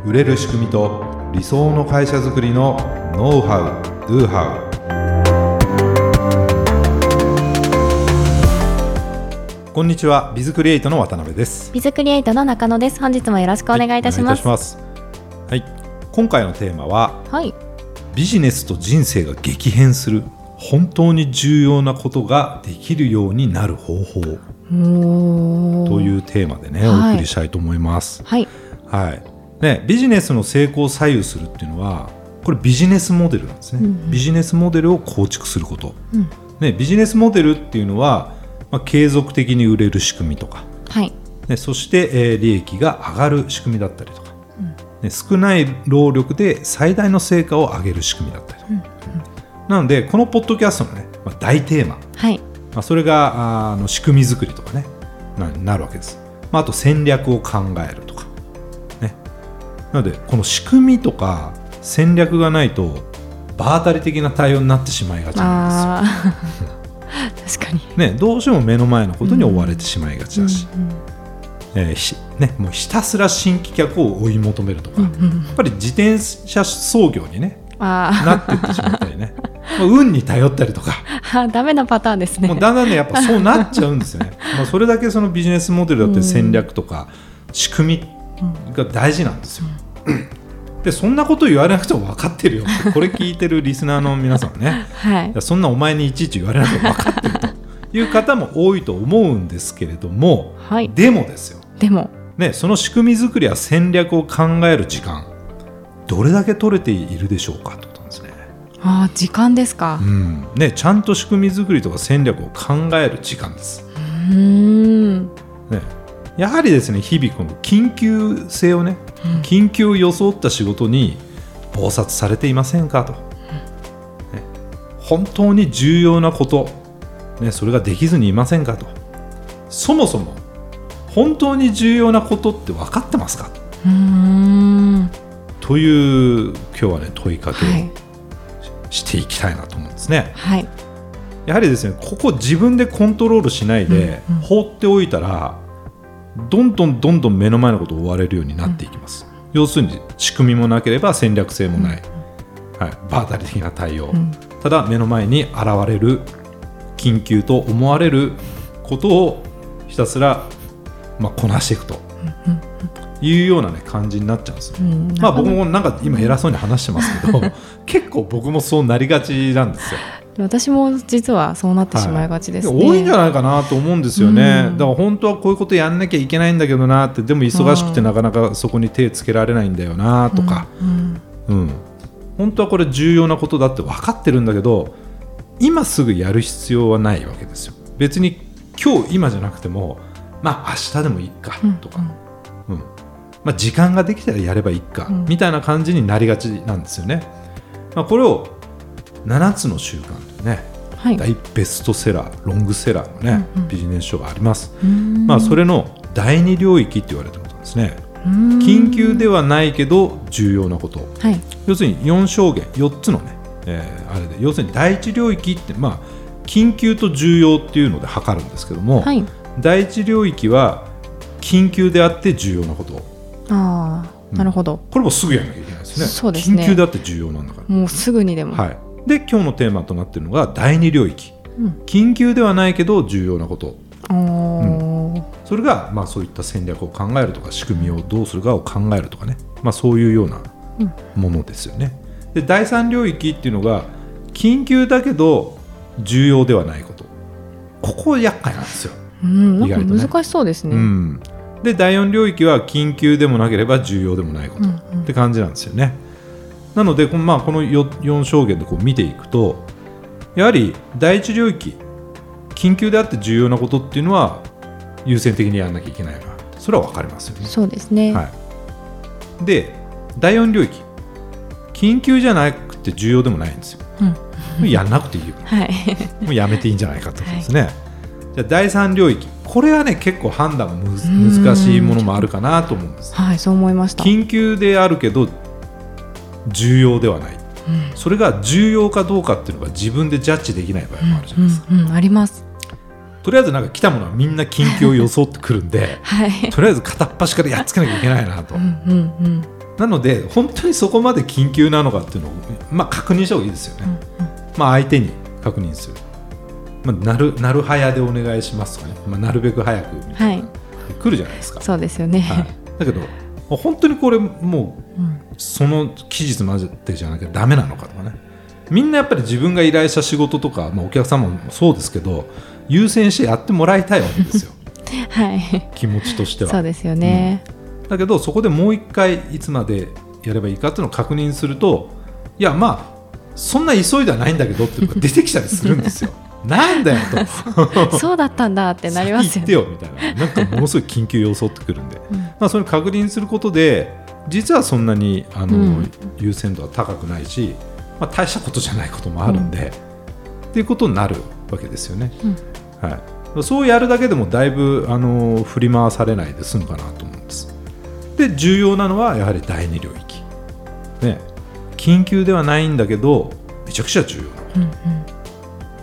売れる仕組みと理想の会社づくりのノウハウ・ドゥハウ。こんにちは、ビズクリエイトの渡辺です。 ビズクリエイトの中野です。本日もよろしくお願いいたします。 はい、今回のテーマは、 はい、 ビジネスと人生が激変する本当に重要なことができるようになる方法というテーマでね、お送りしたいと思います。 はい、 はいね、ビジネスの成功を左右するっていうのはこれビジネスモデルなんですね、ビジネスモデルを構築すること、ね、ビジネスモデルっていうのは、継続的に売れる仕組みとか、ね、そして、利益が上がる仕組みだったりとか、ね、少ない労力で最大の成果を上げる仕組みだったりとか、なのでこのポッドキャストの、ね、大テーマ、それが仕組み作りとかね なるわけです。あと戦略を考えるとか、ね、なのでこの仕組みとか戦略がないと場当たり的な対応になってしまいがちなんですよ。 確かに、 ね、どうしても目の前のことに追われてしまいがちだし、もうひたすら新規客を追い求めるとか、やっぱり自転車操業に、ね、なっていってしまったりね運に頼ったりとかダメなパターンですね。 もうだんだんねやっぱそうなっちゃうんですよねそれだけそのビジネスモデルだって戦略とか仕組みが大事なんですよ、でそんなこと言われなくても分かってるよってこれ聞いてるリスナーの皆さんはね、そんなお前にいちいち言われなくても分かってるという方も多いと思うんですけれども、でもですよ、ね、その仕組み作りや戦略を考える時間どれだけ取れているでしょうかということなんですね。 時間ですか、 ね、ちゃんと仕組み作りとか戦略を考える時間です。ね、やはりですね、日々この緊急性をね、緊急を装った仕事に忙殺されていませんかと、ね、本当に重要なこと、ね、それができずにいませんかと、そもそも本当に重要なことって分かってますかという今日はね問いかけをしていきたいなと思うんですね。やはりですね、ここ自分でコントロールしないで放っておいたら、どんどん目の前のことを追われるようになっていきます。要するに仕組みもなければ戦略性もない、場当たり的な対応、ただ目の前に現れる緊急と思われることをひたすら、こなしていくというような、ね、感じになっちゃうんですよ。僕もなんか今偉そうに話してますけど結構僕もそうなりがちなんですよ。 私も実はそうなってしまいがちですね。 多いんじゃないかなと思うんですよね。だから本当はこういうことやんなきゃいけないんだけどなって、でも忙しくてなかなかそこに手つけられないんだよなとか、本当はこれ重要なことだって分かってるんだけど今すぐやる必要はないわけですよ。別に今じゃなくても明日でもいいかとか、時間ができたらやればいいか、みたいな感じになりがちなんですよね。これを7つの習慣というね、大ベストセラーロングセラーのね、ビジネス書があります。それの第2領域って言われてることですね。緊急ではないけど重要なこと、要するに4証言4つのね、あれで要するに第1領域って緊急と重要っていうので測るんですけども、第1領域は緊急であって重要なこと。 なるほど。 これもすぐやらなきゃいけないですね。 そうですね。 緊急であって重要なんだからもうすぐにでも、 で今日のテーマとなっているのが第2領域、緊急ではないけど重要なこと、それがそういった戦略を考えるとか仕組みをどうするかを考えるとかね、そういうようなものですよね。で第3領域っていうのが緊急だけど重要ではないこと、ここ厄介なんですよ。意外とね、 難しそうですね。 で第4領域は緊急でもなければ重要でもないことって感じなんですよね。なのでこの4証言でこう見ていくと、やはり第1領域緊急であって重要なことっていうのは優先的にやらなきゃいけないな、それは分かりますよね。 そうですね。 で第4領域緊急じゃなくて重要でもないんですよ。やんなくていいよ、もうやめていいんじゃないかということですね。じゃあ第3領域、これはね結構判断が難しいものもあるかなと思うんです。 そう思いました。 緊急であるけど重要ではない、それが重要かどうかっていうのが自分でジャッジできない場合もあるじゃないですか。 あります。 とりあえずなんか来たものはみんな緊急を装ってくるんで、とりあえず片っ端からやっつけなきゃいけないなと、 なので本当にそこまで緊急なのかっていうのを、確認した方がいいですよね、相手に確認する、なるはやでお願いしますとかね、なるべく早くみたいな、来るじゃないですか。 そうですよね、 だけど本当にこれもう、その期日までじゃなきゃダメなのかとかね、みんなやっぱり自分が依頼した仕事とか、お客様もそうですけど優先してやってもらいたいわけですよ気持ちとしては。 そうですよね、 だけどそこでもう一回いつまでやればいいかっていうのを確認すると、いやそんな急いではないんだけどっていうのが出てきたりするんですよなんだよとそうだったんだってなりますよね。 言ってよみたいな、なんかものすごい緊急要素ってくるんで、それ確認することで実はそんなに優先度は高くないし、大したことじゃないこともあるんで、っていうことになるわけですよね、そうやるだけでもだいぶ振り回されないで済むかなと思うんです。で重要なのはやはり第二領域、緊急ではないんだけどめちゃくちゃ重要なこと、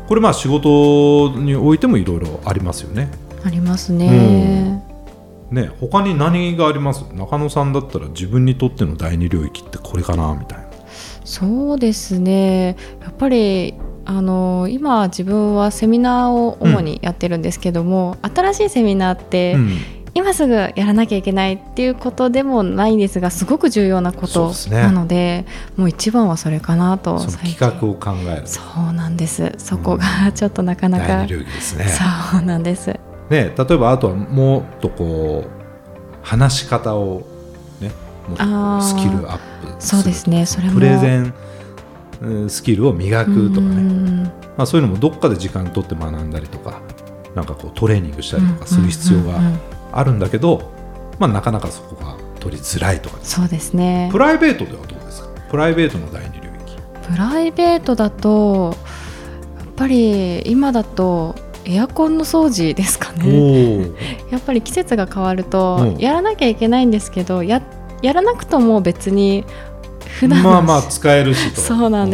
これ仕事においてもいろいろありますよね。 ありますね、 他に何があります？中野さんだったら自分にとっての第二領域ってこれかなみたいな。 そうですね、やっぱり今自分はセミナーを主にやってるんですけども、新しいセミナーって、今すぐやらなきゃいけないっていうことでもないんですが、すごく重要なことなので、もう一番はそれかなと。 その企画を考える。 そうなんです。そこがちょっとなかなか、 第二領域ですね。 そうなんです、 例えばあとはもっと話し方をもっとスキルアップする。 そうですね、それもプレゼンスキルを磨くとかね、そういうのもどっかで時間取って学んだりとか、なんかトレーニングしたりとかする必要があるんだけど、なかなかそこが取りづらいとか、 そうですね。 プライベートではどうですか？プライベートの第二領域。 プライベートだとやっぱり今だとエアコンの掃除ですかねやっぱり季節が変わるとやらなきゃいけないんですけど、やらなくとも別に普段使えるしと。 そうなんです。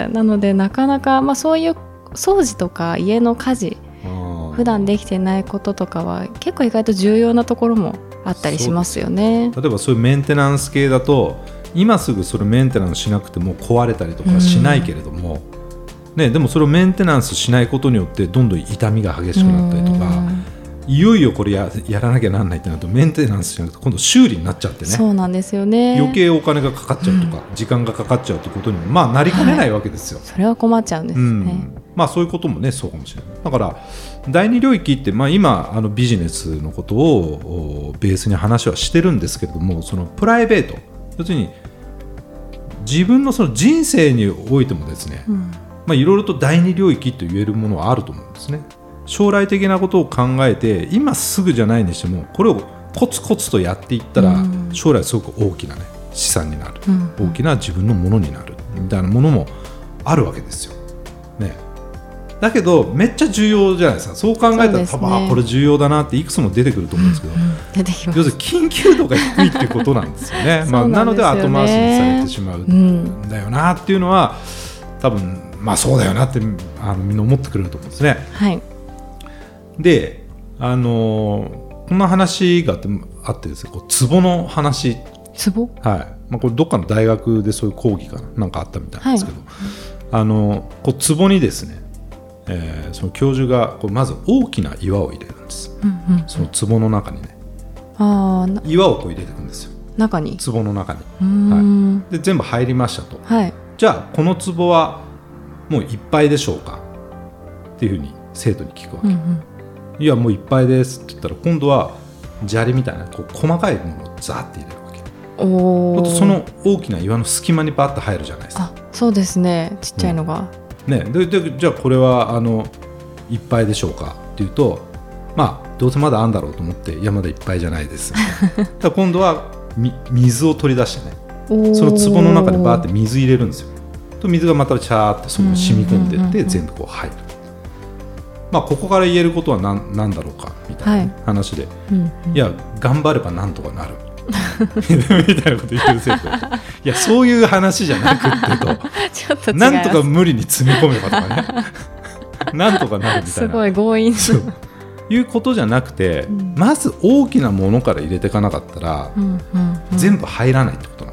なのでなかなか、そういう掃除とか家の家事、普段できてないこととかは結構意外と重要なところもあったりしますよね。 例えばそういうメンテナンス系だと今すぐそれメンテナンスしなくても壊れたりとかしないけれども、でもそれをメンテナンスしないことによってどんどん痛みが激しくなったりとか、いよいよこれ やらなきゃなんないってなるとメンテナンスしなくて今度修理になっちゃってね。 そうなんですよね。 余計お金がかかっちゃうとか、時間がかかっちゃうということにもなりかねないわけですよ、 それは困っちゃうんですね、 そういうこともね、そうかもしれない。だから第二領域って、今ビジネスのことをベースに話はしてるんですけれども、そのプライベート、要するに自分のその人生においてもですね、いろいろと第二領域と言えるものはあると思うんですね。将来的なことを考えて今すぐじゃないにしてもこれをコツコツとやっていったら、将来すごく大きな、資産になる、大きな自分のものになるみたいなものもあるわけですよ、だけどめっちゃ重要じゃないですか。そう考えたら、多分これ重要だなっていくつも出てくると思うんですけど、 出てきます。 要するに緊急度が低いっていうことなんですよねなので後回しにされてしまうんだよなっていうのは、多分そうだよなってみんな思ってくれると思うんですね。でこんな話があってですね、壺の話、 壺、 これどっかの大学でそういう講義かなんかあったみたいなんですけど、壺にですね、その教授がまず大きな岩を入れるんです、その壺の中にね、岩を入れていくんですよ、 中に、 壺の中に、で全部入りましたと、じゃあこの壺はもういっぱいでしょうかっていうふうに生徒に聞くわけ、いやもういっぱいですって言ったら、今度は砂利みたいな細かいものをザーって入れるわけ。その大きな岩の隙間にバッと入るじゃないですか。 そうですね、ちっちゃいのが、 でじゃあこれはいっぱいでしょうかっていうと、どうせまだあるんだろうと思って、いやまだいっぱいじゃないですだから今度は水を取り出してね、その壺の中にバーって水入れるんですよ。と水がまたチャーってそこに染み込んでいって全部入る。ここから言えることは何だろうかみたいな話で、いや頑張ればなんとかなるみたいなこと言ってる生徒、いやそういう話じゃなくってとちょっと違います。 なんとか無理に詰め込めばとかねなんとかなるみたいな、 すごい強引いうことじゃなくて、まず大きなものから入れていかなかったら、全部入らないってことなんですよ。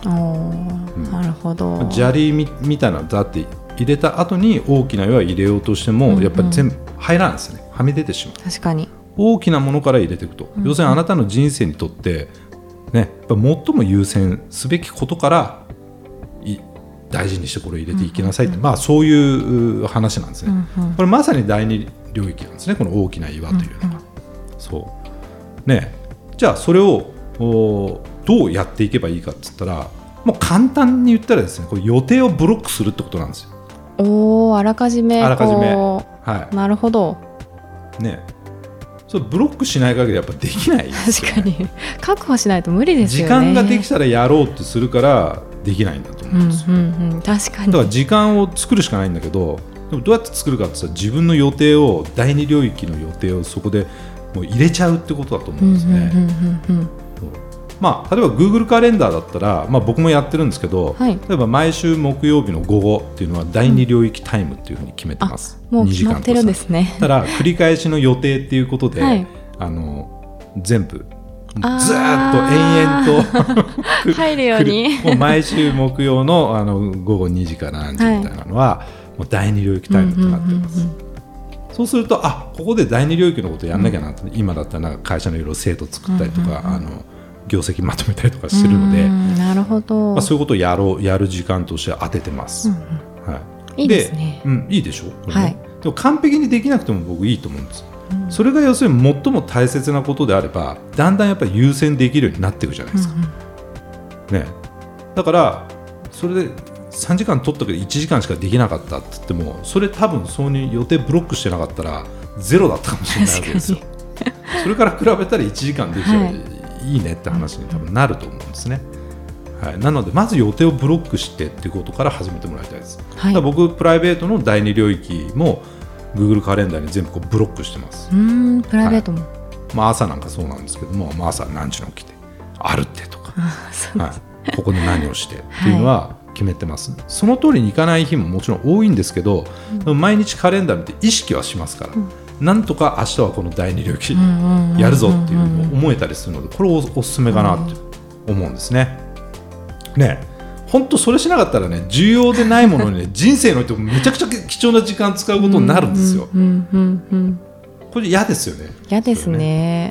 なるほど。 砂利 みたいなのだって入れた後に大きな岩を入れようとしても、やっぱり全部入らないですよね。はみ出てしまう。 確かに大きなものから入れていくと、要するにあなたの人生にとって、ね、やっぱ最も優先すべきことから大事にしてこれを入れていきなさいって、そういう話なんですね。これまさに第二領域なんですね、この大きな岩というのが。そうね、じゃあそれをどうやっていけばいいかって言ったら、もう簡単に言ったらですね、これ予定をブロックするってことなんですよ。 あらかじめはい、 なるほどね。それブロックしない限りやっぱできないですよね。 確かに確保しないと無理ですよね。 時間ができたらやろうってするからできないんだと思うんですよ。 確かに。 だから時間を作るしかないんだけど、でもどうやって作るかって言ったら、自分の予定を、第二領域の予定をそこでもう入れちゃうってことだと思うんですね。例えば Google カレンダーだったら、僕もやってるんですけど、例えば毎週木曜日の午後っていうのは第二領域タイムっていうふうに決めてます。 もう決まってるんですね。 ただ繰り返しの予定っていうことで、全部ずーっと延々と入るようにもう毎週木曜の、午後2時から何時みたいなのは、もう第二領域タイムとなってます。そうすると、ここで第二領域のことやんなきゃなって、今だったらなんか会社のいろいろ制度作ったりとか、業績まとめたりとかしてるので、 なるほど、 そういうことをやる時間として当ててます。 いいですね。 いいでしょ、これね。でも完璧にできなくても僕いいと思うんです。それが要するに最も大切なことであれば、だんだんやっぱり優先できるようになっていくじゃないですか。ね、だからそれで3時間取ったけど1時間しかできなかったって言っても、それ多分そうに予定ブロックしてなかったらゼロだったかもしれないわけですよ。それから比べたら1時間できちゃう、いいねって話に多分なると思うんですね。なのでまず予定をブロックしてっていうことから始めてもらいたいです。だから僕プライベートの第二領域も Google カレンダーに全部ブロックしてます。 プライベートも、 朝なんかそうなんですけども、朝何時に起きて歩ってとか、ここで何をしてっていうのは決めてます。その通りにいかない日ももちろん多いんですけど、毎日カレンダー見て意識はしますから、なんとか明日はこの第二領域やるぞっていうのを思えたりするので、これおすすめかなと思うんですね。本当それしなかったらね、重要でないものにね人生の人めちゃくちゃ貴重な時間使うことになるんですよ。これ嫌ですよね。 嫌ですね。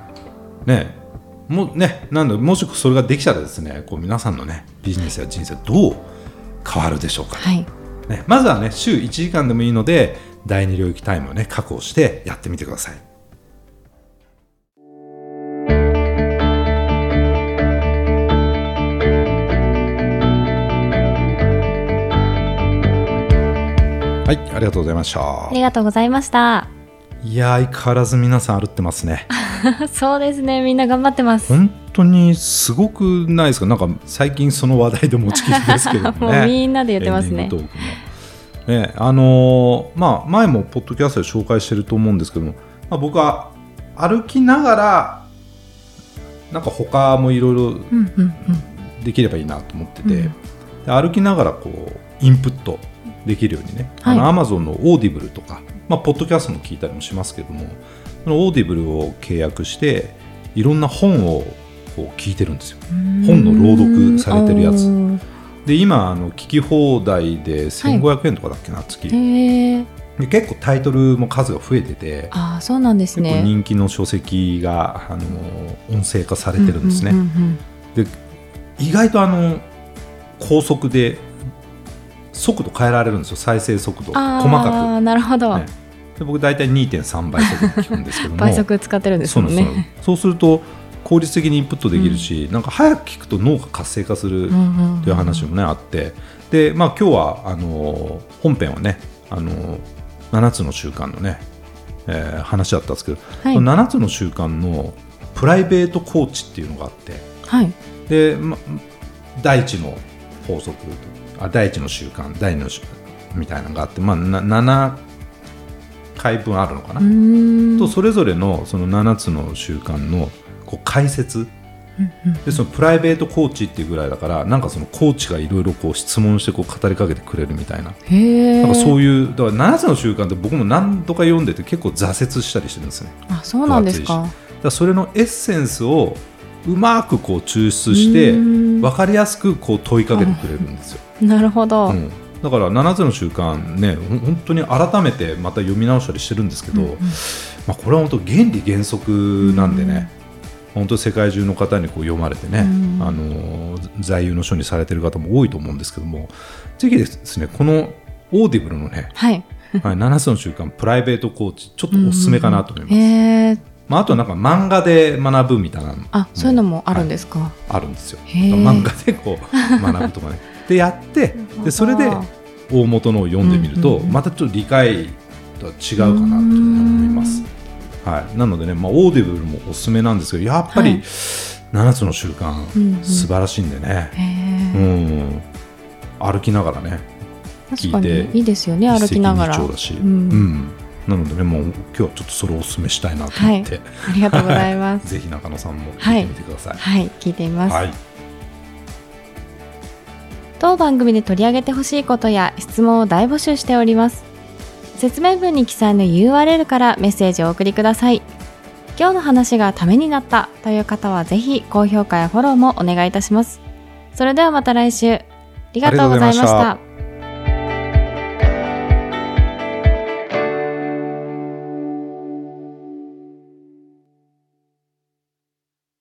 なんでもしそれができたらですね、皆さんのねビジネスや人生どう変わるでしょうか。まずはね、週1時間でもいいので第二領域タイムをね確保してやってみてください。はい、ありがとうございました。 ありがとうございました。 いや、相変わらず皆さん歩ってますね。 そうですね、みんな頑張ってます。 本当にすごくないですか。なんか最近その話題で持ちきりですけどね。 もうみんなで言ってますね。 前もポッドキャストで紹介してると思うんですけども、僕は歩きながらなんか他もいろいろできればいいなと思ってて、で歩きながらインプットできるようにね、Amazon のオーディブルとか、ポッドキャストも聞いたりもしますけども、そのオーディブルを契約していろんな本を聞いてるんですよ。本の朗読されてるやつで、今聞き放題で1500円とかだっけな、月で結構タイトルも数が増えてて、 そうなんですね。 結構人気の書籍が音声化されてるんですね。で意外と高速で速度変えられるんですよ。再生速度細かく。 なるほど、 で僕大体 2.3 倍速で聞くんですけども倍速使ってるんですもんね。 そうすると効率的にインプットできるし、なんか早く聞くと脳が活性化するという話もね、あって、で、今日は本編はね7つの習慣のね、話だったんですけど、その7つの習慣のプライベートコーチっていうのがあって、で、第一の法則、第一の習慣、第二の習慣みたいなのがあって、7回分あるのかなと、それぞれのその7つの習慣の解説で、そのプライベートコーチっていうぐらいだから、なんかそのコーチがいろいろ質問して語りかけてくれるみたいな、なんかそういう、だから7つの習慣って僕も何度か読んでて結構挫折したりしてるんですね。 そうなんですか。 だからそれのエッセンスをうまくこう抽出して分かりやすくこう問いかけてくれるんですよ。 なるほど、 だから7つの習慣ね、本当に改めてまた読み直したりしてるんですけど、これは本当原理原則なんでね、本当に世界中の方にこう読まれてね、座右の書にされてる方も多いと思うんですけども、ぜひですねこのオーディブルのね、7つの習慣プライベートコーチちょっとおすすめかなと思います。あとはなんか漫画で学ぶみたいなのそういうのもあるんですか？ あるんですよ。漫画でこう学ぶとかねでやってでそれで大元のを読んでみると、またちょっと理解とは違うかなと思います。なのでね、オーディブルもおすすめなんですけど、やっぱり7つの習慣、素晴らしいんでね、歩きながらね聞いていいですよね、歩きながら。 一石二鳥だし、なのでね、もう今日はちょっとそれをおすすめしたいなと思って、 ありがとうございますぜひ中野さんも聞いてみてください。 聞いてみます。当番組で取り上げてほしいことや質問を大募集しております。説明文に記載の URL からメッセージをお送りください。今日の話がためになったという方はぜひ高評価やフォローもお願いいたします。それではまた来週。ありがとうございました。